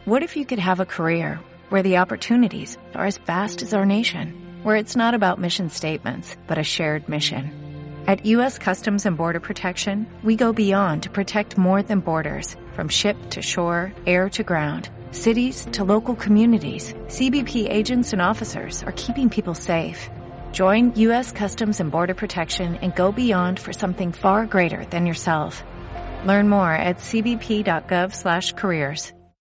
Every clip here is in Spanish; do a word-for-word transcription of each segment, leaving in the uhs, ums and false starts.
What if you could have a career where the opportunities are as vast as our nation, where it's not about mission statements, but a shared mission? At U S Customs and Border Protection, we go beyond to protect more than borders. From ship to shore, air to ground, cities to local communities, C B P agents and officers are keeping people safe. Join U S Customs and Border Protection and go beyond for something far greater than yourself. Learn more at c b p dot gov slash careers.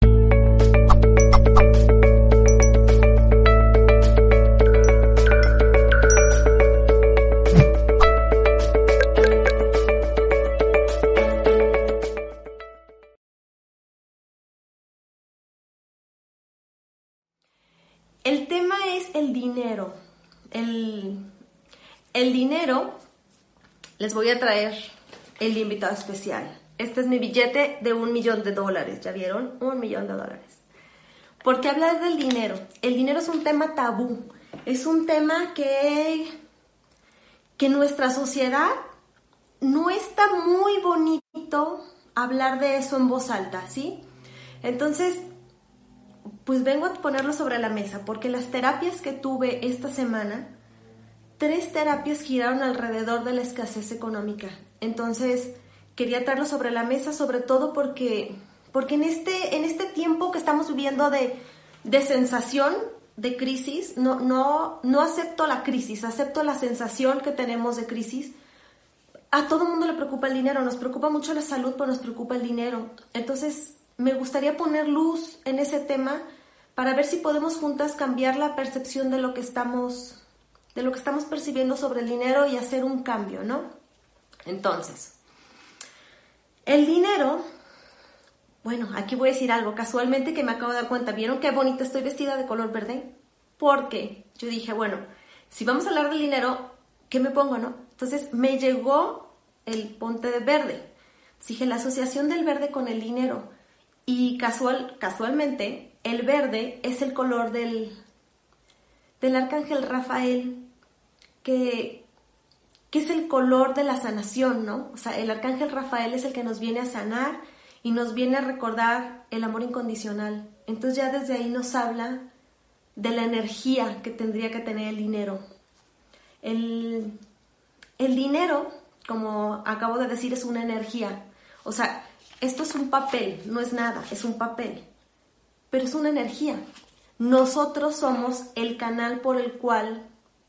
El tema es el dinero. El, el dinero, les voy a traer el invitado especial. Este es mi billete de un millón de dólares, ¿ya vieron? Un millón de dólares. Porque hablar del dinero, el dinero es un tema tabú, es un tema que, que nuestra sociedad no está muy bonito hablar de eso en voz alta, ¿sí? Entonces, pues vengo a ponerlo sobre la mesa, porque las terapias que tuve esta semana, tres terapias giraron alrededor de la escasez económica. Entonces, quería traerlo sobre la mesa, sobre todo porque, porque en, este, en este tiempo que estamos viviendo de, de sensación, de crisis, no, no, no acepto la crisis, acepto la sensación que tenemos de crisis. A todo el mundo le preocupa el dinero, nos preocupa mucho la salud, pero nos preocupa el dinero. Entonces, me gustaría poner luz en ese tema para ver si podemos juntas cambiar la percepción de lo que estamos, de lo que estamos percibiendo sobre el dinero y hacer un cambio, ¿no? Entonces, el dinero, bueno, aquí voy a decir algo casualmente que me acabo de dar cuenta. ¿Vieron qué bonita estoy vestida de color verde? Porque yo dije, bueno, si vamos a hablar del dinero, ¿qué me pongo, no? Entonces me llegó el ponte de verde. Dije, la asociación del verde con el dinero. Y casual, casualmente, el verde es el color del, del arcángel Rafael, que, que es el color de la sanación, ¿no? O sea, el arcángel Rafael es el que nos viene a sanar y nos viene a recordar el amor incondicional. Entonces ya desde ahí nos habla de la energía que tendría que tener el dinero. El, el dinero, como acabo de decir, es una energía. O sea, esto es un papel, no es nada, es un papel, pero es una energía. Nosotros somos el canal por el cual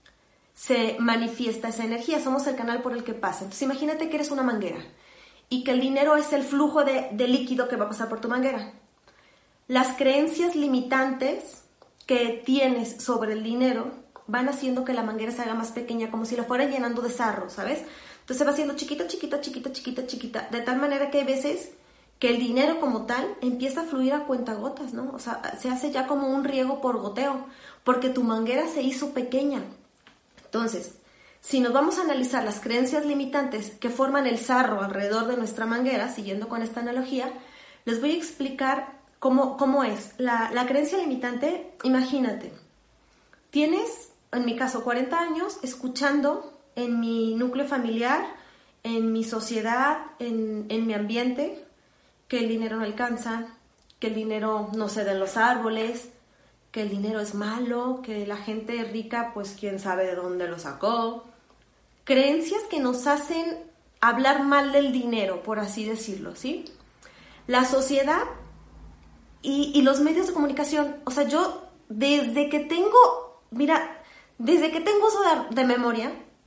se manifiesta esa energía, somos el canal por el que pasa. Entonces imagínate que eres una manguera y que el dinero es el flujo de, de líquido que va a pasar por tu manguera. Las creencias limitantes que tienes sobre el dinero van haciendo que la manguera se haga más pequeña, como si la fuera llenando de sarro, ¿sabes? Entonces se va haciendo chiquita, chiquita, chiquita, chiquita, chiquita, de tal manera que hay veces que el dinero como tal empieza a fluir a cuentagotas, ¿no? O sea, se hace ya como un riego por goteo, porque tu manguera se hizo pequeña. Entonces, si nos vamos a analizar las creencias limitantes que forman el sarro alrededor de nuestra manguera, siguiendo con esta analogía, les voy a explicar cómo, cómo es. La, la creencia limitante, imagínate, tienes, en mi caso, cuarenta años escuchando en mi núcleo familiar, en mi sociedad, en, en mi ambiente, que el dinero no alcanza, que el dinero no se da en los árboles, que el dinero es malo, que la gente rica, pues quién sabe de dónde lo sacó. Creencias que nos hacen hablar mal del dinero, por así decirlo, ¿sí? La sociedad y, y los medios de comunicación. O sea, yo desde que tengo, mira, desde que tengo uso de, de memoria,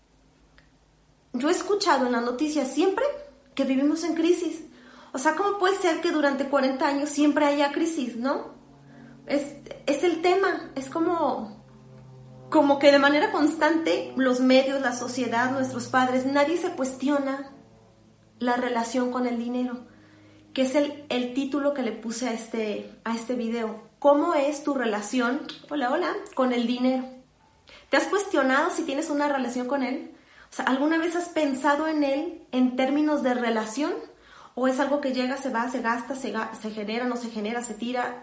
yo he escuchado en las noticias siempre que vivimos en crisis. O sea, ¿cómo puede ser que durante cuarenta años siempre haya crisis, no? Es, es el tema, es como, como que de manera constante los medios, la sociedad, nuestros padres, nadie se cuestiona la relación con el dinero, que es el, el título que le puse a este, a este video. ¿Cómo es tu relación, hola, hola, con el dinero? ¿Te has cuestionado si tienes una relación con él? O sea, ¿alguna vez has pensado en él en términos de relación? ¿O es algo que llega, se va, se gasta, se, ga- se genera, no se genera, se tira?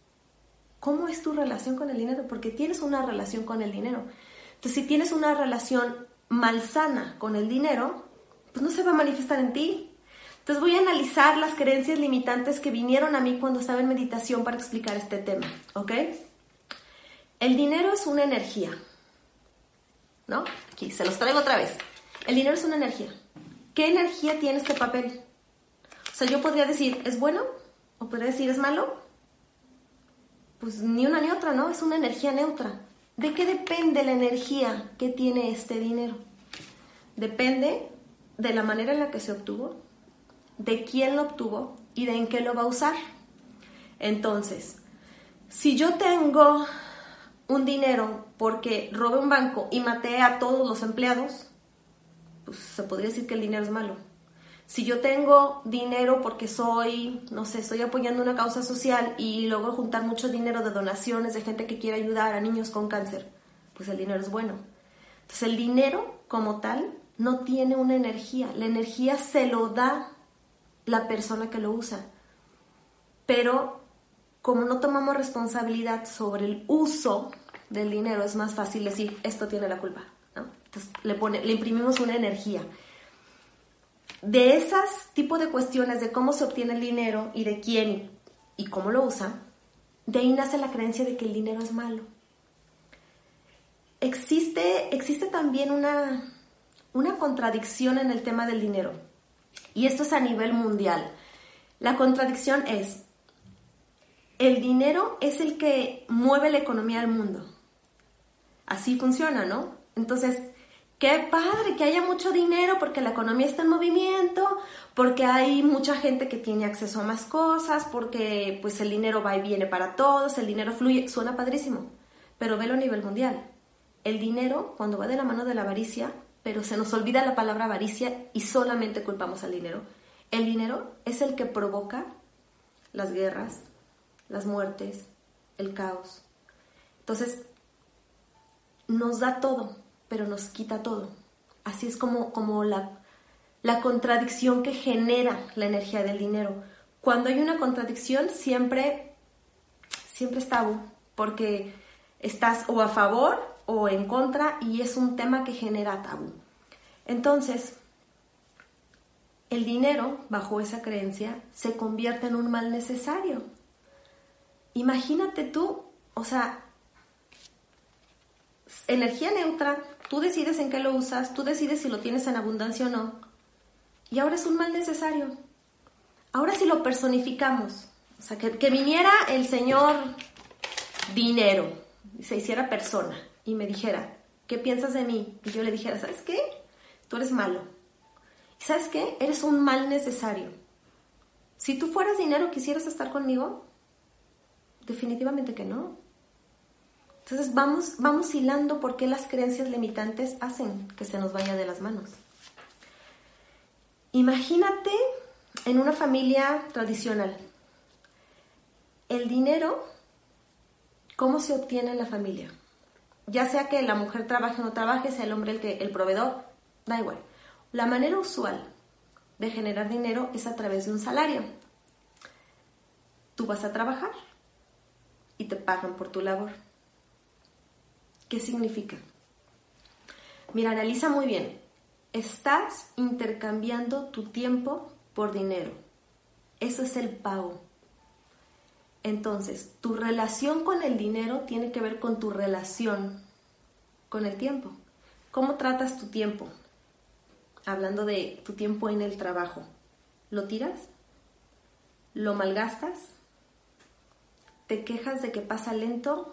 ¿Cómo es tu relación con el dinero? Porque tienes una relación con el dinero. Entonces, si tienes una relación malsana con el dinero, pues no se va a manifestar en ti. Entonces voy a analizar las creencias limitantes que vinieron a mí cuando estaba en meditación para explicar este tema, ¿ok? El dinero es una energía, ¿no? Aquí, se los traigo otra vez. El dinero es una energía. ¿Qué energía tiene este papel? O sea, yo podría decir, ¿es bueno? ¿O podría decir, ¿es malo? Pues ni una ni otra, ¿no? Es una energía neutra. ¿De qué depende la energía que tiene este dinero? Depende de la manera en la que se obtuvo, de quién lo obtuvo y de en qué lo va a usar. Entonces, si yo tengo un dinero porque robé un banco y maté a todos los empleados, pues se podría decir que el dinero es malo. Si yo tengo dinero porque soy, no sé, estoy apoyando una causa social y logro juntar mucho dinero de donaciones de gente que quiere ayudar a niños con cáncer, pues el dinero es bueno. Entonces el dinero como tal no tiene una energía. La energía se lo da la persona que lo usa. Pero como no tomamos responsabilidad sobre el uso del dinero, es más fácil decir, esto tiene la culpa, ¿no? Entonces le, pone, le imprimimos una energía. De esas tipo de cuestiones de cómo se obtiene el dinero y de quién y cómo lo usa, de ahí nace la creencia de que el dinero es malo. Existe, existe también una, una contradicción en el tema del dinero, y esto es a nivel mundial. La contradicción es, el dinero es el que mueve la economía del mundo. Así funciona, ¿no? Entonces, qué padre que haya mucho dinero porque la economía está en movimiento, porque hay mucha gente que tiene acceso a más cosas, porque pues el dinero va y viene para todos, el dinero fluye, suena padrísimo, pero velo a nivel mundial. El dinero, cuando va de la mano de la avaricia, pero se nos olvida la palabra avaricia y solamente culpamos al dinero. El dinero es el que provoca las guerras, las muertes, el caos. Entonces, nos da todo, pero nos quita todo. Así es como, como la, la contradicción que genera la energía del dinero. Cuando hay una contradicción, siempre, siempre es tabú, porque estás o a favor o en contra y es un tema que genera tabú. Entonces, el dinero, bajo esa creencia, se convierte en un mal necesario. Imagínate tú, o sea, energía neutra, tú decides en qué lo usas, tú decides si lo tienes en abundancia o no, y ahora es un mal necesario. Ahora si lo personificamos, o sea, que, que viniera el señor dinero y se hiciera persona y me dijera, ¿qué piensas de mí? Y yo le dijera, ¿sabes qué? Tú eres malo. ¿Y sabes qué? Eres un mal necesario. Si tú fueras dinero, ¿quisieras estar conmigo? Definitivamente que no. Entonces vamos, vamos hilando por qué las creencias limitantes hacen que se nos vaya de las manos. Imagínate en una familia tradicional. El dinero, ¿cómo se obtiene en la familia? Ya sea que la mujer trabaje o no trabaje, sea el hombre el, que, el proveedor, da igual. La manera usual de generar dinero es a través de un salario. Tú vas a trabajar y te pagan por tu labor. ¿Qué significa? Mira, analiza muy bien. Estás intercambiando tu tiempo por dinero. Eso es el pago. Entonces, tu relación con el dinero tiene que ver con tu relación con el tiempo. ¿Cómo tratas tu tiempo? Hablando de tu tiempo en el trabajo. ¿Lo tiras? ¿Lo malgastas? ¿Te quejas de que pasa lento?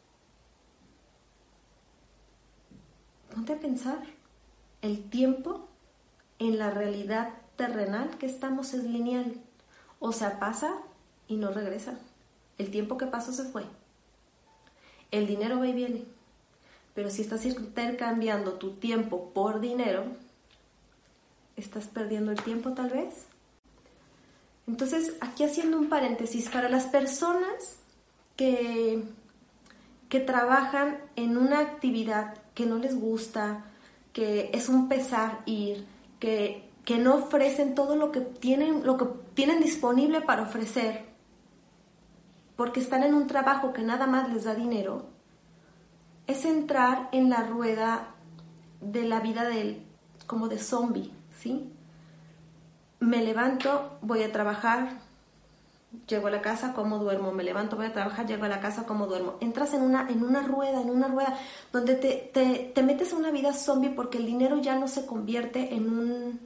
Ponte a pensar. El tiempo en la realidad terrenal que estamos es lineal. O sea, pasa y no regresa. El tiempo que pasó se fue. El dinero va y viene. Pero si estás intercambiando tu tiempo por dinero, ¿estás perdiendo el tiempo tal vez? Entonces, aquí haciendo un paréntesis, para las personas que, que trabajan en una actividad que no les gusta, que es un pesar ir, que, que no ofrecen todo lo que tienen, lo que tienen disponible para ofrecer, porque están en un trabajo que nada más les da dinero, es entrar en la rueda de la vida del, como de zombie, ¿sí? me levanto, voy a trabajar, llego a la casa, como duermo, me levanto, voy a trabajar, llego a la casa, como duermo. Entras en una, en una rueda, en una rueda, donde te, te, te metes en una vida zombie porque el dinero ya no se convierte en un,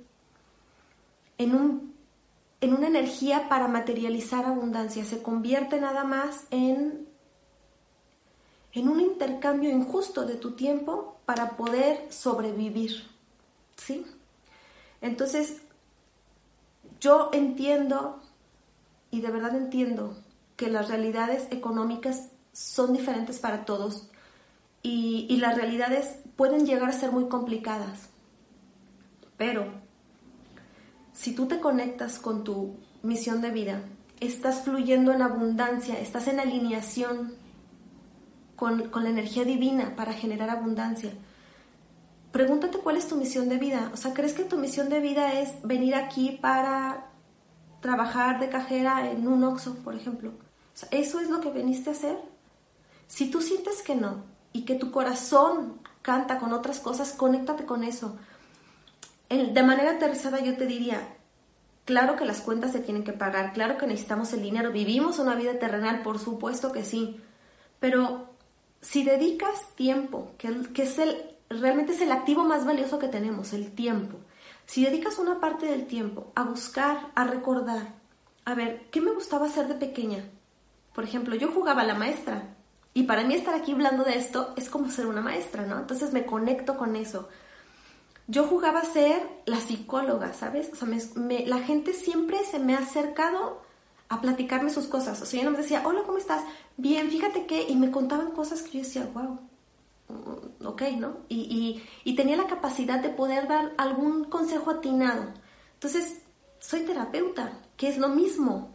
en un, en una energía para materializar abundancia, se convierte nada más en, en un intercambio injusto de tu tiempo para poder sobrevivir, ¿sí? Entonces, yo entiendo, y de verdad entiendo, que las realidades económicas son diferentes para todos y, y las realidades pueden llegar a ser muy complicadas. Pero si tú te conectas con tu misión de vida, estás fluyendo en abundancia, estás en alineación con, con la energía divina para generar abundancia. Pregúntate cuál es tu misión de vida. O sea, ¿crees que tu misión de vida es venir aquí para trabajar de cajera en un Oxxo, por ejemplo? O sea, ¿eso es lo que viniste a hacer? Si tú sientes que no y que tu corazón canta con otras cosas, conéctate con eso. En, de manera aterrizada yo te diría, claro que las cuentas se tienen que pagar, claro que necesitamos el dinero, vivimos una vida terrenal, por supuesto que sí, pero si dedicas tiempo, que, que es el, realmente es el activo más valioso que tenemos, el tiempo. Si dedicas una parte del tiempo a buscar, a recordar, a ver, ¿qué me gustaba hacer de pequeña? Por ejemplo, yo jugaba a la maestra y para mí estar aquí hablando de esto es como ser una maestra, ¿no? Entonces me conecto con eso. Yo jugaba a ser la psicóloga, ¿sabes? O sea, me, me, la gente siempre se me ha acercado a platicarme sus cosas. O sea, yo no me decía, hola, ¿cómo estás? Bien, fíjate que... Y me contaban cosas que yo decía, wow, ok, ¿no? Y, y, y tenía la capacidad de poder dar algún consejo atinado. Entonces, soy terapeuta, que es lo mismo.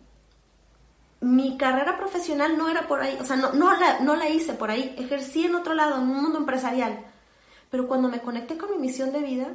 Mi carrera profesional no era por ahí, o sea, no, no, la, no la hice por ahí, ejercí en otro lado, en un mundo empresarial. Pero cuando me conecté con mi misión de vida,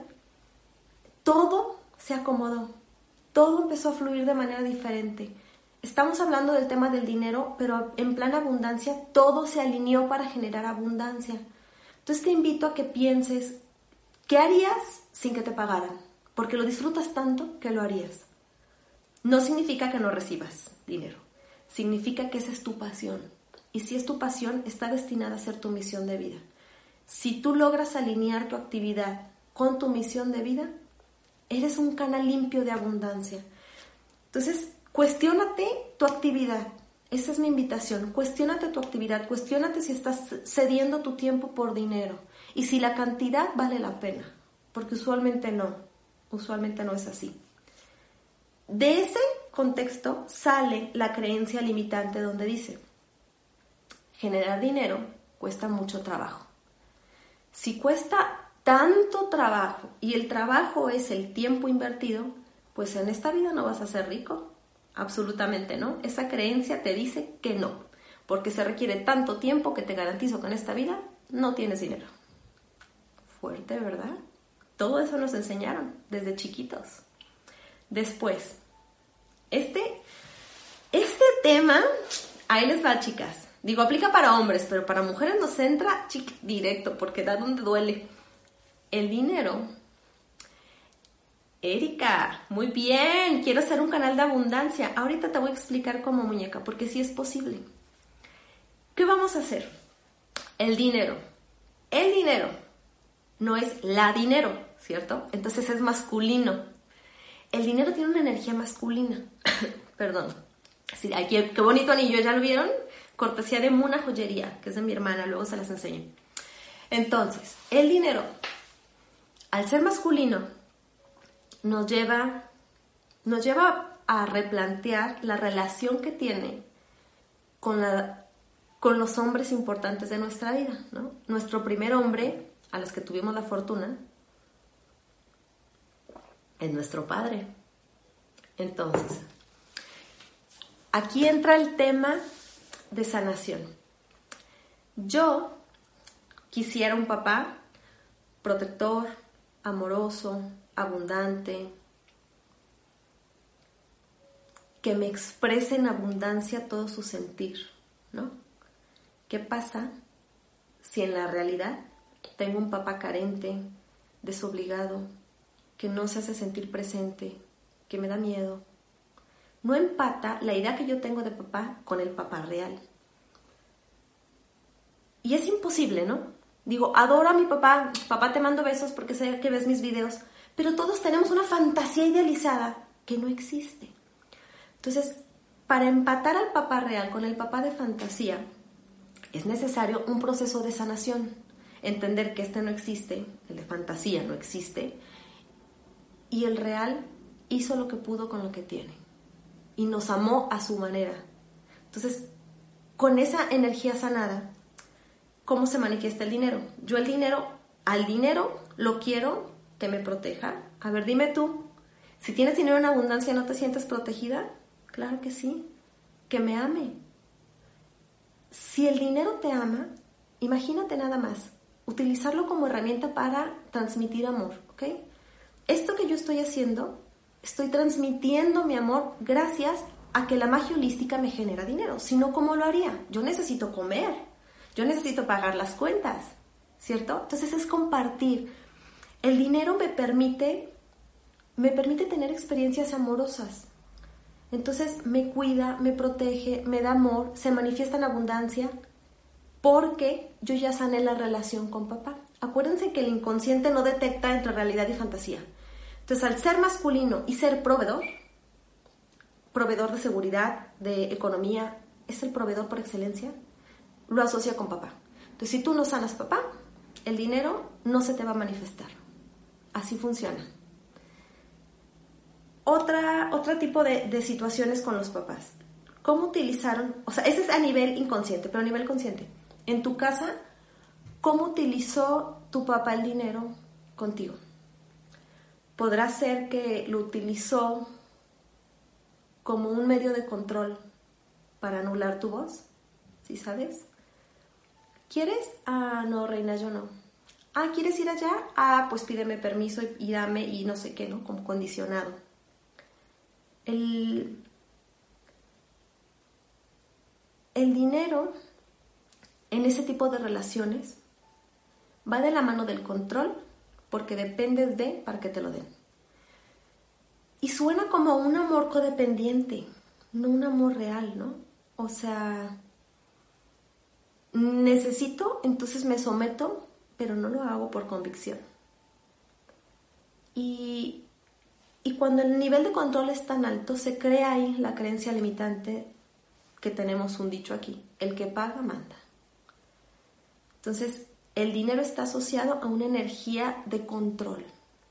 todo se acomodó, todo empezó a fluir de manera diferente. Estamos hablando del tema del dinero, pero en plan abundancia, todo se alineó para generar abundancia. Entonces te invito a que pienses, ¿qué harías sin que te pagaran? Porque lo disfrutas tanto que lo harías. No significa que no recibas dinero, significa que esa es tu pasión. Y si es tu pasión, está destinada a ser tu misión de vida. Si tú logras alinear tu actividad con tu misión de vida, eres un canal limpio de abundancia. Entonces, cuestiónate tu actividad. Esa es mi invitación. Cuestiónate tu actividad. Cuestiónate si estás cediendo tu tiempo por dinero y si la cantidad vale la pena, porque usualmente no. Usualmente no es así. De ese contexto sale la creencia limitante donde dice, generar dinero cuesta mucho trabajo. Si cuesta tanto trabajo y el trabajo es el tiempo invertido, pues en esta vida no vas a ser rico. Absolutamente no. Esa creencia te dice que no, porque se requiere tanto tiempo que te garantizo que en esta vida no tienes dinero. Fuerte, ¿verdad? Todo eso nos enseñaron desde chiquitos. Después, este, este tema, ahí les va, chicas. Digo, aplica para hombres, pero para mujeres nos entra chic, directo, porque da donde duele. El dinero. Erika, muy bien, quiero hacer un canal de abundancia. Ahorita te voy a explicar cómo, muñeca, porque sí es posible. ¿Qué vamos a hacer? El dinero. El dinero no es la dinero, ¿cierto? Entonces es masculino. El dinero tiene una energía masculina. Perdón. Sí, aquí, qué bonito anillo, ¿ya lo vieron? Cortesía de Muna Joyería, que es de mi hermana, luego se las enseño. Entonces, el dinero, al ser masculino, nos lleva, nos lleva a replantear la relación que tiene con, la, con los hombres importantes de nuestra vida, ¿no? Nuestro primer hombre, a los que tuvimos la fortuna, es nuestro padre. Entonces, aquí entra el tema de sanación. Yo quisiera un papá protector, amoroso, abundante, que me exprese en abundancia todo su sentir, ¿no? ¿Qué pasa si en la realidad tengo un papá carente, desobligado, que no se hace sentir presente, que me da miedo. No empata la idea que yo tengo de papá con el papá real. Y es imposible, ¿no? Digo, adoro a mi papá, papá te mando besos porque sé que ves mis videos, pero todos tenemos una fantasía idealizada que no existe. Entonces, para empatar al papá real con el papá de fantasía, es necesario un proceso de sanación. Entender que este no existe, el de fantasía no existe, y el real hizo lo que pudo con lo que tiene. Y nos amó a su manera. Entonces, con esa energía sanada, ¿cómo se manifiesta el dinero? Yo el dinero, al dinero lo quiero que me proteja. A ver, dime tú, si tienes dinero en abundancia, ¿no te sientes protegida? Claro que sí, que me ame. Si el dinero te ama, imagínate nada más, utilizarlo como herramienta para transmitir amor, ¿ok? Esto que yo estoy haciendo, estoy transmitiendo mi amor gracias a que la magia holística me genera dinero. Si no, ¿cómo lo haría? Yo necesito comer, yo necesito pagar las cuentas, ¿cierto? Entonces es compartir. El dinero me permite, me permite tener experiencias amorosas. Entonces me cuida, me protege, me da amor, se manifiesta en abundancia porque yo ya sané la relación con papá. Acuérdense que el inconsciente no detecta entre realidad y fantasía. Entonces, al ser masculino y ser proveedor, proveedor de seguridad, de economía, es el proveedor por excelencia, lo asocia con papá. Entonces, si tú no sanas papá, el dinero no se te va a manifestar. Así funciona. Otra, otro tipo de, de situaciones con los papás. ¿Cómo utilizaron? O sea, ese es a nivel inconsciente, pero a nivel consciente. En tu casa, ¿cómo utilizó tu papá el dinero contigo? Podrá ser que lo utilizó como un medio de control para anular tu voz, ¿sí sabes? ¿Quieres? Ah, no, reina, yo no. Ah, ¿quieres ir allá? Ah, pues pídeme permiso y, y dame y no sé qué, ¿no? Como condicionado. El, el dinero en ese tipo de relaciones va de la mano del control porque dependes de para que te lo den. Y suena como un amor codependiente, no un amor real, ¿no? O sea, necesito, entonces me someto, pero no lo hago por convicción. Y, y cuando el nivel de control es tan alto, se crea ahí la creencia limitante que tenemos un dicho aquí, el que paga manda. Entonces, el dinero está asociado a una energía de control.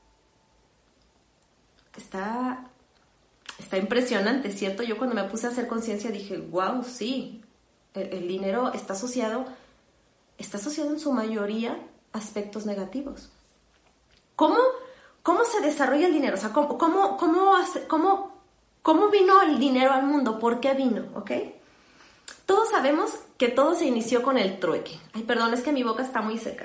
Está, está impresionante, ¿cierto? Yo cuando me puse a hacer conciencia dije, wow, sí, el, el dinero está asociado, está asociado en su mayoría a aspectos negativos. ¿Cómo, cómo se desarrolla el dinero? O sea, ¿cómo, cómo, cómo, hace, cómo, cómo vino el dinero al mundo? ¿Por qué vino? ¿Ok? Todos sabemos que todo se inició con el trueque. Ay, perdón, es que mi boca está muy seca.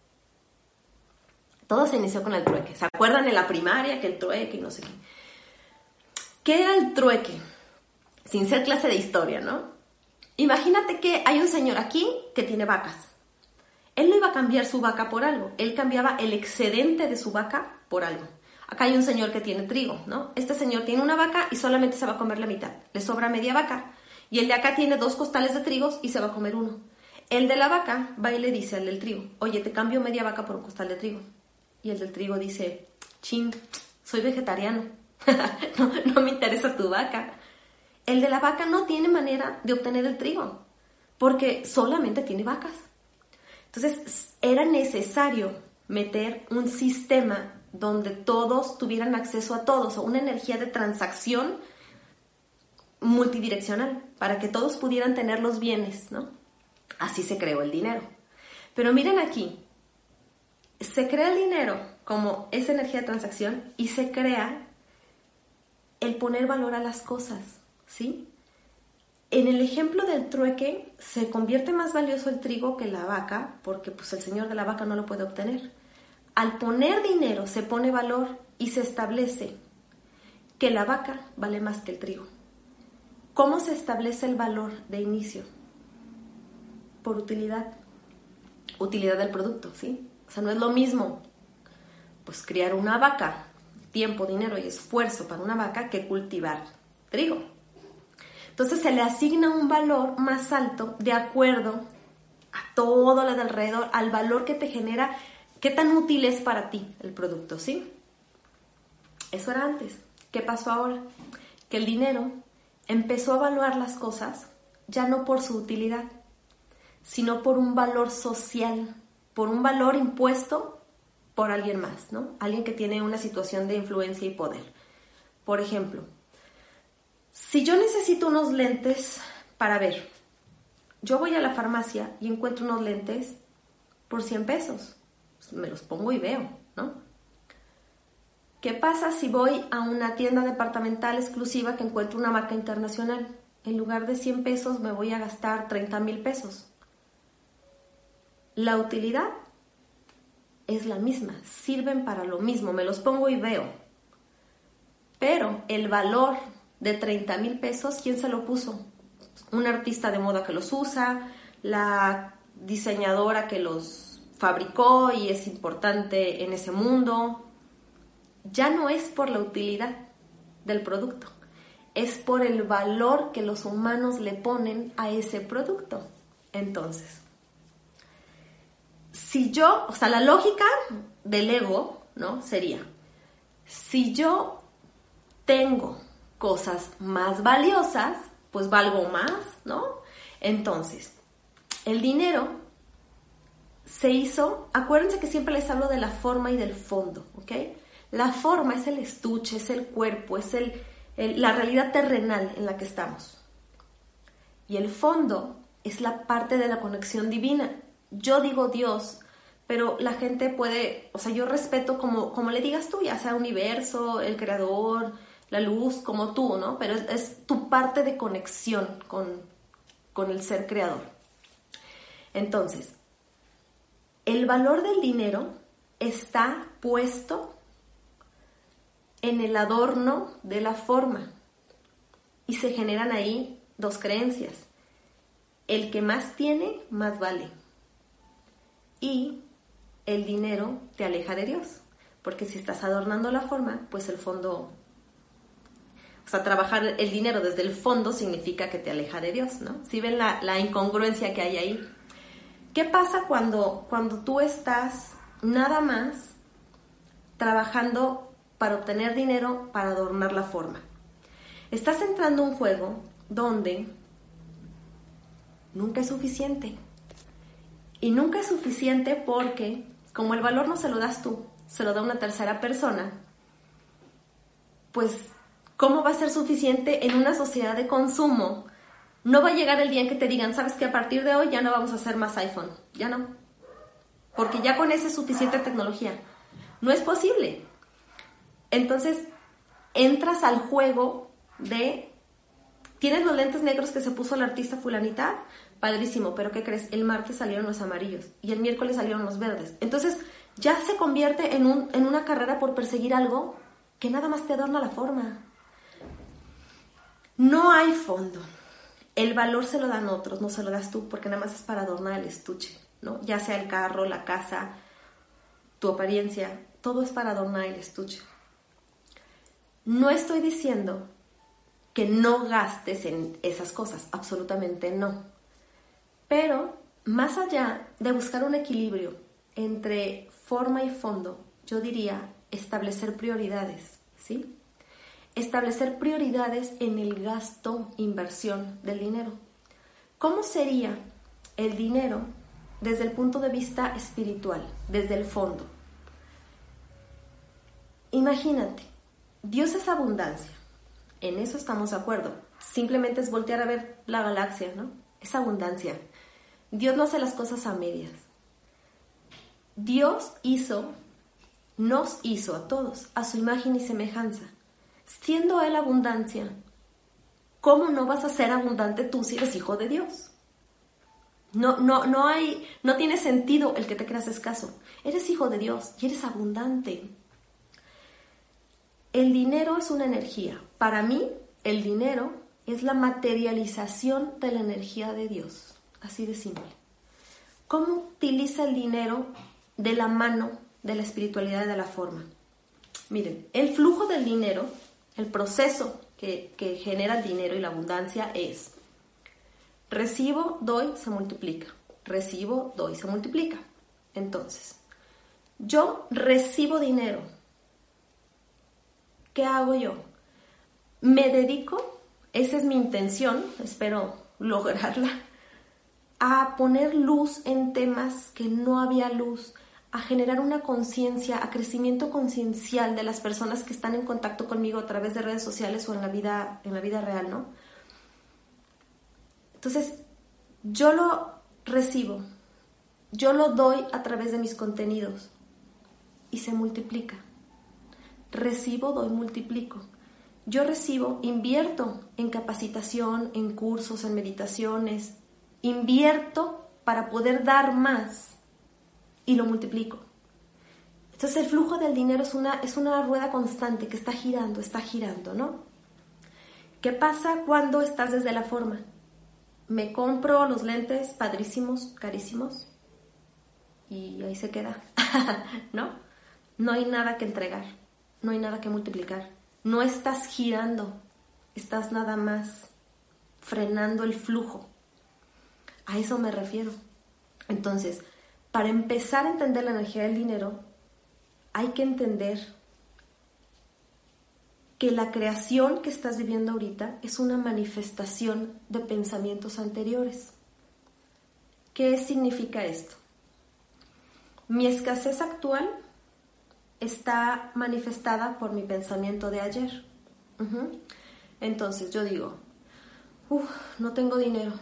Todo se inició con el trueque. ¿Se acuerdan en la primaria que el trueque y no sé qué? ¿Qué era el trueque? Sin ser clase de historia, ¿no? Imagínate que hay un señor aquí que tiene vacas. Él no iba a cambiar su vaca por algo. Él cambiaba el excedente de su vaca por algo. Acá hay un señor que tiene trigo, ¿no? Este señor tiene una vaca y solamente se va a comer la mitad. Le sobra media vaca. Y el de acá tiene dos costales de trigos y se va a comer uno. El de la vaca va y le dice al del trigo, oye, te cambio media vaca por un costal de trigo. Y el del trigo dice, ching, soy vegetariano. no, no me interesa tu vaca. El de la vaca no tiene manera de obtener el trigo, porque solamente tiene vacas. Entonces, era necesario meter un sistema donde todos tuvieran acceso a todos, o una energía de transacción multidireccional, para que todos pudieran tener los bienes, ¿no? Así se creó el dinero. Pero miren aquí, se crea el dinero como esa energía de transacción y se crea el poner valor a las cosas, ¿sí? En el ejemplo del trueque, se convierte más valioso el trigo que la vaca, porque pues el señor de la vaca no lo puede obtener. Al poner dinero se pone valor y se establece que la vaca vale más que el trigo. ¿Cómo se establece el valor de inicio? Por utilidad. Utilidad del producto, ¿sí? O sea, no es lo mismo, pues, criar una vaca tiempo, dinero y esfuerzo para una vaca que cultivar trigo. Entonces se le asigna un valor más alto de acuerdo a todo lo de alrededor, al valor que te genera, qué tan útil es para ti el producto, ¿sí? Eso era antes. ¿Qué pasó ahora? Que el dinero empezó a evaluar las cosas ya no por su utilidad, sino por un valor social, por un valor impuesto por alguien más, ¿no? Alguien que tiene una situación de influencia y poder. Por ejemplo, si yo necesito unos lentes para ver, yo voy a la farmacia y encuentro unos lentes por cien pesos. Pues me los pongo y veo, ¿no? ¿Qué pasa si voy a una tienda departamental exclusiva que encuentro una marca internacional? En lugar de cien pesos me voy a gastar treinta mil pesos. La utilidad es la misma, sirven para lo mismo, me los pongo y veo. Pero el valor de treinta mil pesos, ¿quién se lo puso? Un artista de moda que los usa, la diseñadora que los fabricó y es importante en ese mundo. Ya no es por la utilidad del producto, es por el valor que los humanos le ponen a ese producto. Entonces, si yo, o sea, la lógica del ego, ¿no? Sería, si yo tengo cosas más valiosas, pues valgo más, ¿no? Entonces, el dinero se hizo, acuérdense que siempre les hablo de la forma y del fondo, ¿ok? La forma es el estuche, es el cuerpo, es el, el, la realidad terrenal en la que estamos. Y el fondo es la parte de la conexión divina. Yo digo Dios, pero la gente puede, o sea, yo respeto como, como le digas tú, ya sea universo, el creador, la luz, como tú, ¿no? Pero es, es tu parte de conexión con, con el ser creador. Entonces, el valor del dinero está puesto en el adorno de la forma y se generan ahí dos creencias. El que más tiene, más vale. Y el dinero te aleja de Dios, porque si estás adornando la forma, pues el fondo, o sea, trabajar el dinero desde el fondo significa que te aleja de Dios, ¿no? ¿Sí ven la, la incongruencia que hay ahí? ¿Qué pasa cuando, cuando tú estás nada más trabajando para obtener dinero, para adornar la forma? Estás entrando a un juego donde nunca es suficiente. Y nunca es suficiente porque, como el valor no se lo das tú, se lo da una tercera persona, pues, ¿cómo va a ser suficiente en una sociedad de consumo? No va a llegar el día en que te digan, ¿sabes qué? A partir de hoy ya no vamos a hacer más iPhone. Ya no. Porque ya con esa es suficiente tecnología. No es posible. Entonces, entras al juego de, ¿tienes los lentes negros que se puso la artista fulanita? Padrísimo, pero ¿qué crees? El martes salieron los amarillos y el miércoles salieron los verdes. Entonces, ya se convierte en, un, en una carrera por perseguir algo que nada más te adorna la forma. No hay fondo. El valor se lo dan otros, no se lo das tú, porque nada más es para adornar el estuche, ¿no? Ya sea el carro, la casa, tu apariencia, todo es para adornar el estuche. No estoy diciendo que no gastes en esas cosas, absolutamente no. Pero, más allá de buscar un equilibrio entre forma y fondo, yo diría establecer prioridades, ¿sí? Establecer prioridades en el gasto, inversión del dinero. ¿Cómo sería el dinero desde el punto de vista espiritual, desde el fondo? Imagínate, Dios es abundancia, en eso estamos de acuerdo. Simplemente es voltear a ver la galaxia, ¿no? Es abundancia. Dios no hace las cosas a medias. Dios hizo, nos hizo a todos a su imagen y semejanza. Siendo Él abundancia, ¿cómo no vas a ser abundante tú si eres hijo de Dios? No, no, no hay, no tiene sentido el que te creas escaso. Eres hijo de Dios y eres abundante. El dinero es una energía. Para mí, el dinero es la materialización de la energía de Dios. Así de simple. ¿Cómo utiliza el dinero de la mano de la espiritualidad y de la forma? Miren, el flujo del dinero, el proceso que, que genera el dinero y la abundancia es recibo, doy, se multiplica. Recibo, doy, se multiplica. Entonces, yo recibo dinero. ¿Qué hago yo? Me dedico, esa es mi intención, espero lograrla, a poner luz en temas que no había luz, a generar una conciencia, a crecimiento conciencial de las personas que están en contacto conmigo a través de redes sociales o en la vida, en la vida real, ¿no? Entonces, yo lo recibo, yo lo doy a través de mis contenidos y se multiplica. Recibo, doy, multiplico. Yo recibo, invierto en capacitación, en cursos, en meditaciones, invierto para poder dar más y lo multiplico. Entonces el flujo del dinero es una, es una rueda constante que está girando, está girando, ¿no? ¿Qué pasa cuando estás desde la forma? Me compro los lentes padrísimos, carísimos, y ahí se queda, ¿no? No hay nada que entregar, no hay nada que multiplicar. No estás girando, estás nada más frenando el flujo. A eso me refiero. Entonces, para empezar a entender la energía del dinero, hay que entender que la creación que estás viviendo ahorita es una manifestación de pensamientos anteriores. ¿Qué significa esto? Mi escasez actual está manifestada por mi pensamiento de ayer. Uh-huh. Entonces yo digo, uff, no tengo dinero.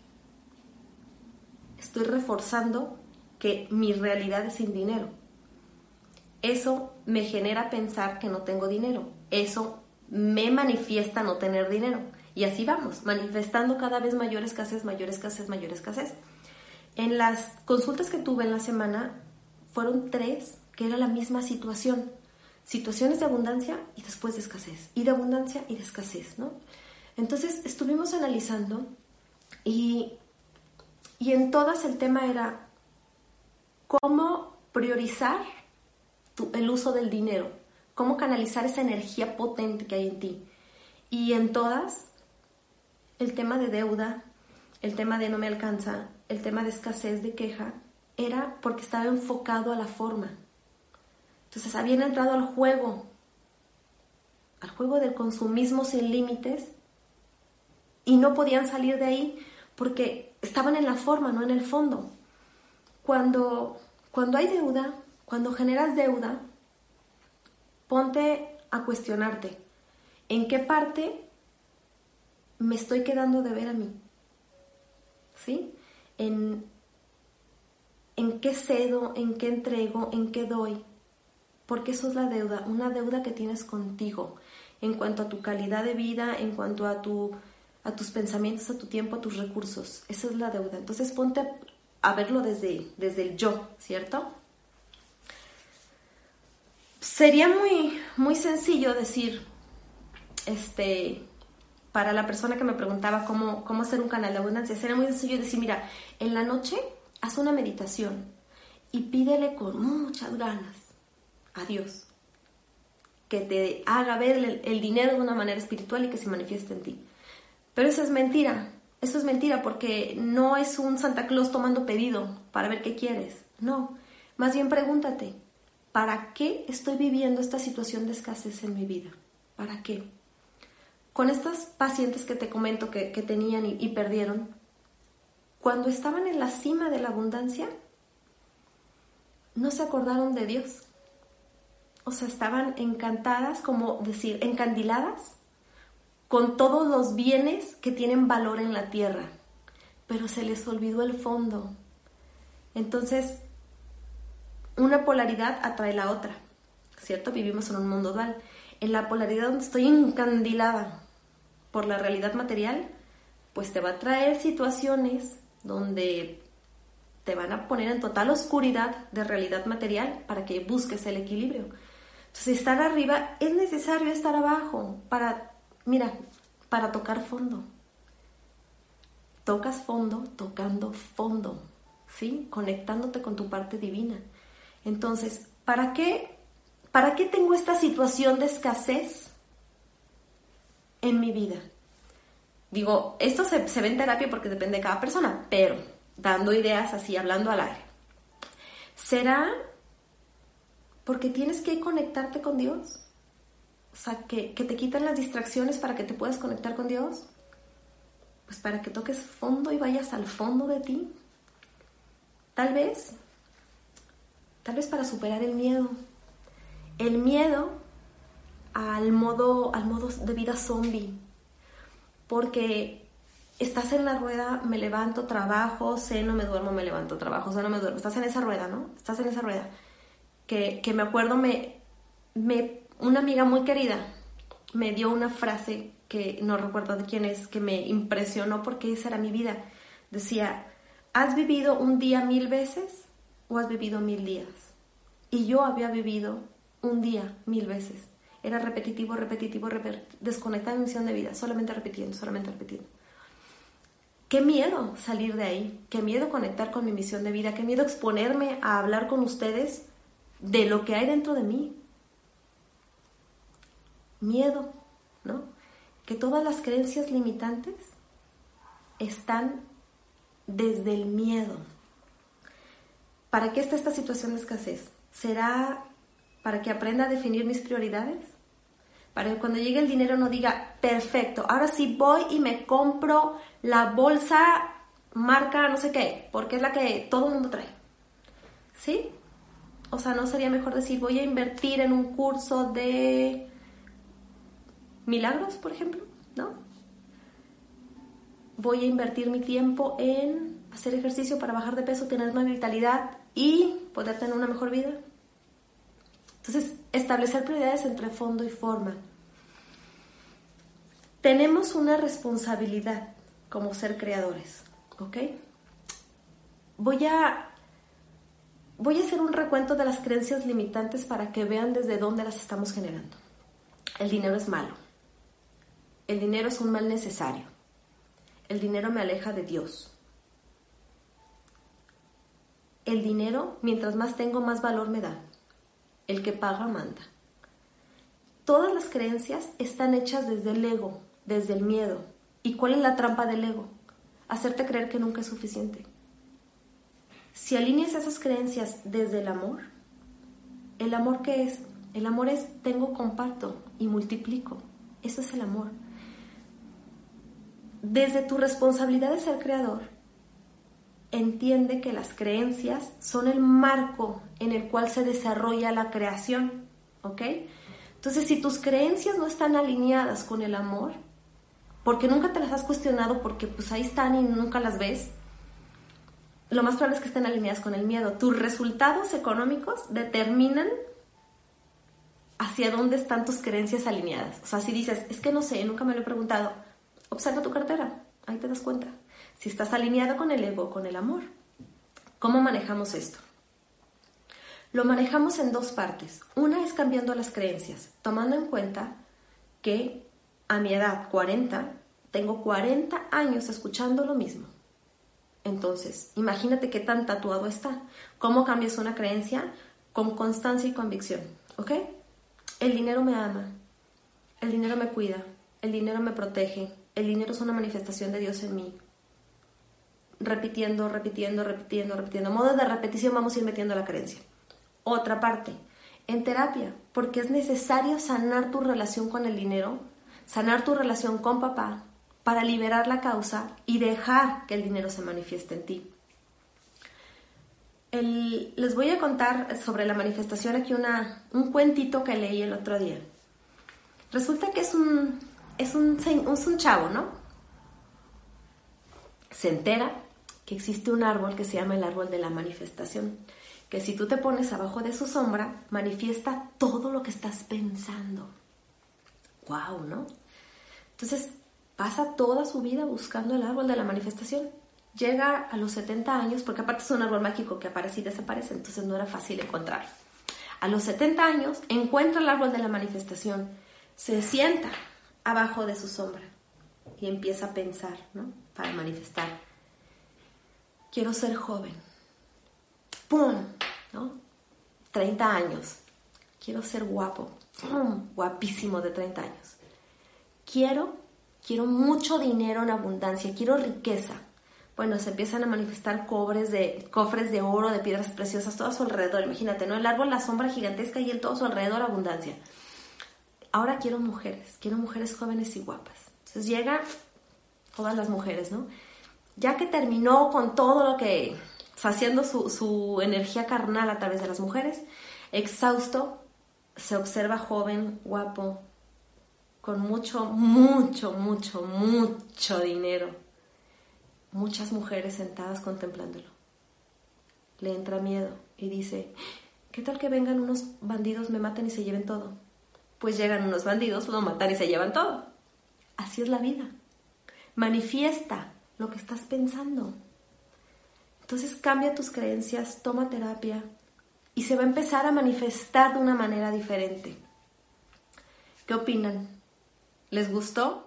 Estoy reforzando que mi realidad es sin dinero. Eso me genera pensar que no tengo dinero. Eso me manifiesta no tener dinero. Y así vamos, manifestando cada vez mayor escasez, mayor escasez, mayor escasez. En las consultas que tuve en la semana, fueron tres que era la misma situación. Situaciones de abundancia y después de escasez. Y de abundancia y de escasez, ¿no? Entonces estuvimos analizando y, y en todas el tema era cómo priorizar tu, el uso del dinero, cómo canalizar esa energía potente que hay en ti. Y en todas, el tema de deuda, el tema de no me alcanza, el tema de escasez, de queja, era porque estaba enfocado a la forma. Entonces habían entrado al juego, al juego del consumismo sin límites y no podían salir de ahí porque estaban en la forma, no en el fondo. Cuando, cuando hay deuda, cuando generas deuda, ponte a cuestionarte, ¿en qué parte me estoy quedando de ver a mí? ¿Sí? En, en qué cedo, en qué entrego, en qué doy. Porque eso es la deuda, una deuda que tienes contigo, en cuanto a tu calidad de vida, en cuanto a, tu, a tus pensamientos, a tu tiempo, a tus recursos. Esa es la deuda. Entonces ponte a, a verlo desde, desde el yo, ¿cierto? Sería muy, muy sencillo decir, este, para la persona que me preguntaba cómo, cómo hacer un canal de abundancia, sería muy sencillo decir, mira, en la noche haz una meditación y pídele con muchas ganas a Dios que te haga ver el, el dinero de una manera espiritual y que se manifieste en ti. Pero eso es mentira, eso es mentira porque no es un Santa Claus tomando pedido para ver qué quieres, no, más bien pregúntate, ¿para qué estoy viviendo esta situación de escasez en mi vida? ¿Para qué? Con estas pacientes que te comento que, que tenían y, y perdieron, cuando estaban en la cima de la abundancia, no se acordaron de Dios. O sea, estaban encantadas, como decir, encandiladas, con todos los bienes que tienen valor en la tierra, pero se les olvidó el fondo. Entonces, una polaridad atrae la otra, ¿cierto? Vivimos en un mundo dual. En la polaridad donde estoy encandilada por la realidad material, pues te va a traer situaciones donde te van a poner en total oscuridad de realidad material para que busques el equilibrio. Entonces, estar arriba es necesario estar abajo para, mira, para tocar fondo. Tocas fondo, tocando fondo, ¿sí? Conectándote con tu parte divina. Entonces, ¿para qué, ¿Para qué tengo esta situación de escasez en mi vida? Digo, esto se, se ve en terapia porque depende de cada persona, pero dando ideas así, hablando al aire. ¿Será porque tienes que conectarte con Dios? O sea, que, que te quitan las distracciones para que te puedas conectar con Dios. Pues para que toques fondo y vayas al fondo de ti. Tal vez, tal vez para superar el miedo. El miedo al modo, al modo de vida zombie. Porque estás en la rueda, me levanto, trabajo, ceno, me duermo, me levanto, trabajo, ceno, me duermo. Estás en esa rueda, ¿no? Estás en esa rueda. Que, que me acuerdo, me, me, una amiga muy querida me dio una frase que no recuerdo de quién es, que me impresionó porque esa era mi vida. Decía, ¿has vivido un día mil veces o has vivido mil días? Y yo había vivido un día mil veces. Era repetitivo, repetitivo, repetitivo, desconectada de mi misión de vida, solamente repitiendo, solamente repitiendo. Qué miedo salir de ahí, qué miedo conectar con mi misión de vida, qué miedo exponerme a hablar con ustedes de lo que hay dentro de mí. Miedo, ¿no? Que todas las creencias limitantes están desde el miedo. ¿Para qué está esta situación de escasez? ¿Será para que aprenda a definir mis prioridades? Para que cuando llegue el dinero no diga, perfecto, ahora sí voy y me compro la bolsa marca no sé qué, porque es la que todo el mundo trae. ¿Sí? O sea, ¿no sería mejor decir, voy a invertir en un curso de milagros, por ejemplo? ¿No? Voy a invertir mi tiempo en hacer ejercicio para bajar de peso, tener más vitalidad y poder tener una mejor vida. Entonces, establecer prioridades entre fondo y forma. Tenemos una responsabilidad como ser creadores, ¿ok? Voy a, voy a hacer un recuento de las creencias limitantes para que vean desde dónde las estamos generando. El dinero es malo. El dinero es un mal necesario. El dinero me aleja de Dios. El dinero, mientras más tengo, más valor me da. El que paga, manda. Todas las creencias están hechas desde el ego, desde el miedo. ¿Y cuál es la trampa del ego? Hacerte creer que nunca es suficiente. Si alineas esas creencias desde el amor, ¿el amor qué es? El amor es tengo, comparto y multiplico. Eso es el amor. Desde tu responsabilidad de ser creador, entiende que las creencias son el marco en el cual se desarrolla la creación, ¿ok? Entonces, si tus creencias no están alineadas con el amor, porque nunca te las has cuestionado, porque pues ahí están y nunca las ves, lo más probable es que estén alineadas con el miedo. Tus resultados económicos determinan hacia dónde están tus creencias alineadas. O sea, si dices, es que no sé, nunca me lo he preguntado, observa tu cartera, ahí te das cuenta. Si estás alineado con el ego o con el amor. ¿Cómo manejamos esto? Lo manejamos en dos partes. Una es cambiando las creencias, tomando en cuenta que a mi edad, cuarenta, tengo cuarenta años escuchando lo mismo. Entonces, imagínate qué tan tatuado está. ¿Cómo cambias una creencia? Con constancia y convicción, ¿ok? El dinero me ama, el dinero me cuida, el dinero me protege, el dinero es una manifestación de Dios en mí. Repitiendo, repitiendo, repitiendo, repitiendo. A modo de repetición vamos a ir metiendo la creencia. Otra parte, en terapia, porque es necesario sanar tu relación con el dinero, sanar tu relación con papá, para liberar la causa y dejar que el dinero se manifieste en ti. El, les voy a contar sobre la manifestación aquí una, un cuentito que leí el otro día. Resulta que es un, es un, es un chavo, ¿no? Se entera que existe un árbol que se llama el árbol de la manifestación, que si tú te pones abajo de su sombra, manifiesta todo lo que estás pensando. ¡Guau!, ¿no? Entonces, pasa toda su vida buscando el árbol de la manifestación. Llega a los setenta años, porque aparte es un árbol mágico que aparece y desaparece, entonces no era fácil encontrarlo. A los setenta años, encuentra el árbol de la manifestación, se sienta abajo de su sombra y empieza a pensar, ¿no? Para manifestar. Quiero ser joven. ¡Pum! ¿No? treinta años. quiero ser guapo, guapísimo de treinta años. Quiero, quiero mucho dinero en abundancia, quiero riqueza. Bueno, se empiezan a manifestar cofres de, cofres de oro, de piedras preciosas, todo a su alrededor. Imagínate, ¿no? El árbol, la sombra gigantesca y el todo a su alrededor, abundancia. Ahora quiero mujeres, quiero mujeres jóvenes y guapas. Entonces llegan todas las mujeres, ¿no? Ya que terminó con todo lo que, saciando su, su energía carnal a través de las mujeres, exhausto, se observa joven, guapo, con mucho, mucho, mucho, mucho dinero. Muchas mujeres sentadas contemplándolo. Le entra miedo y dice, ¿qué tal que vengan unos bandidos, me maten y se lleven todo? Pues llegan unos bandidos, lo matan y se llevan todo. Así es la vida. Manifiesta lo que estás pensando. Entonces cambia tus creencias, toma terapia y se va a empezar a manifestar de una manera diferente. ¿Qué opinan? ¿Les gustó?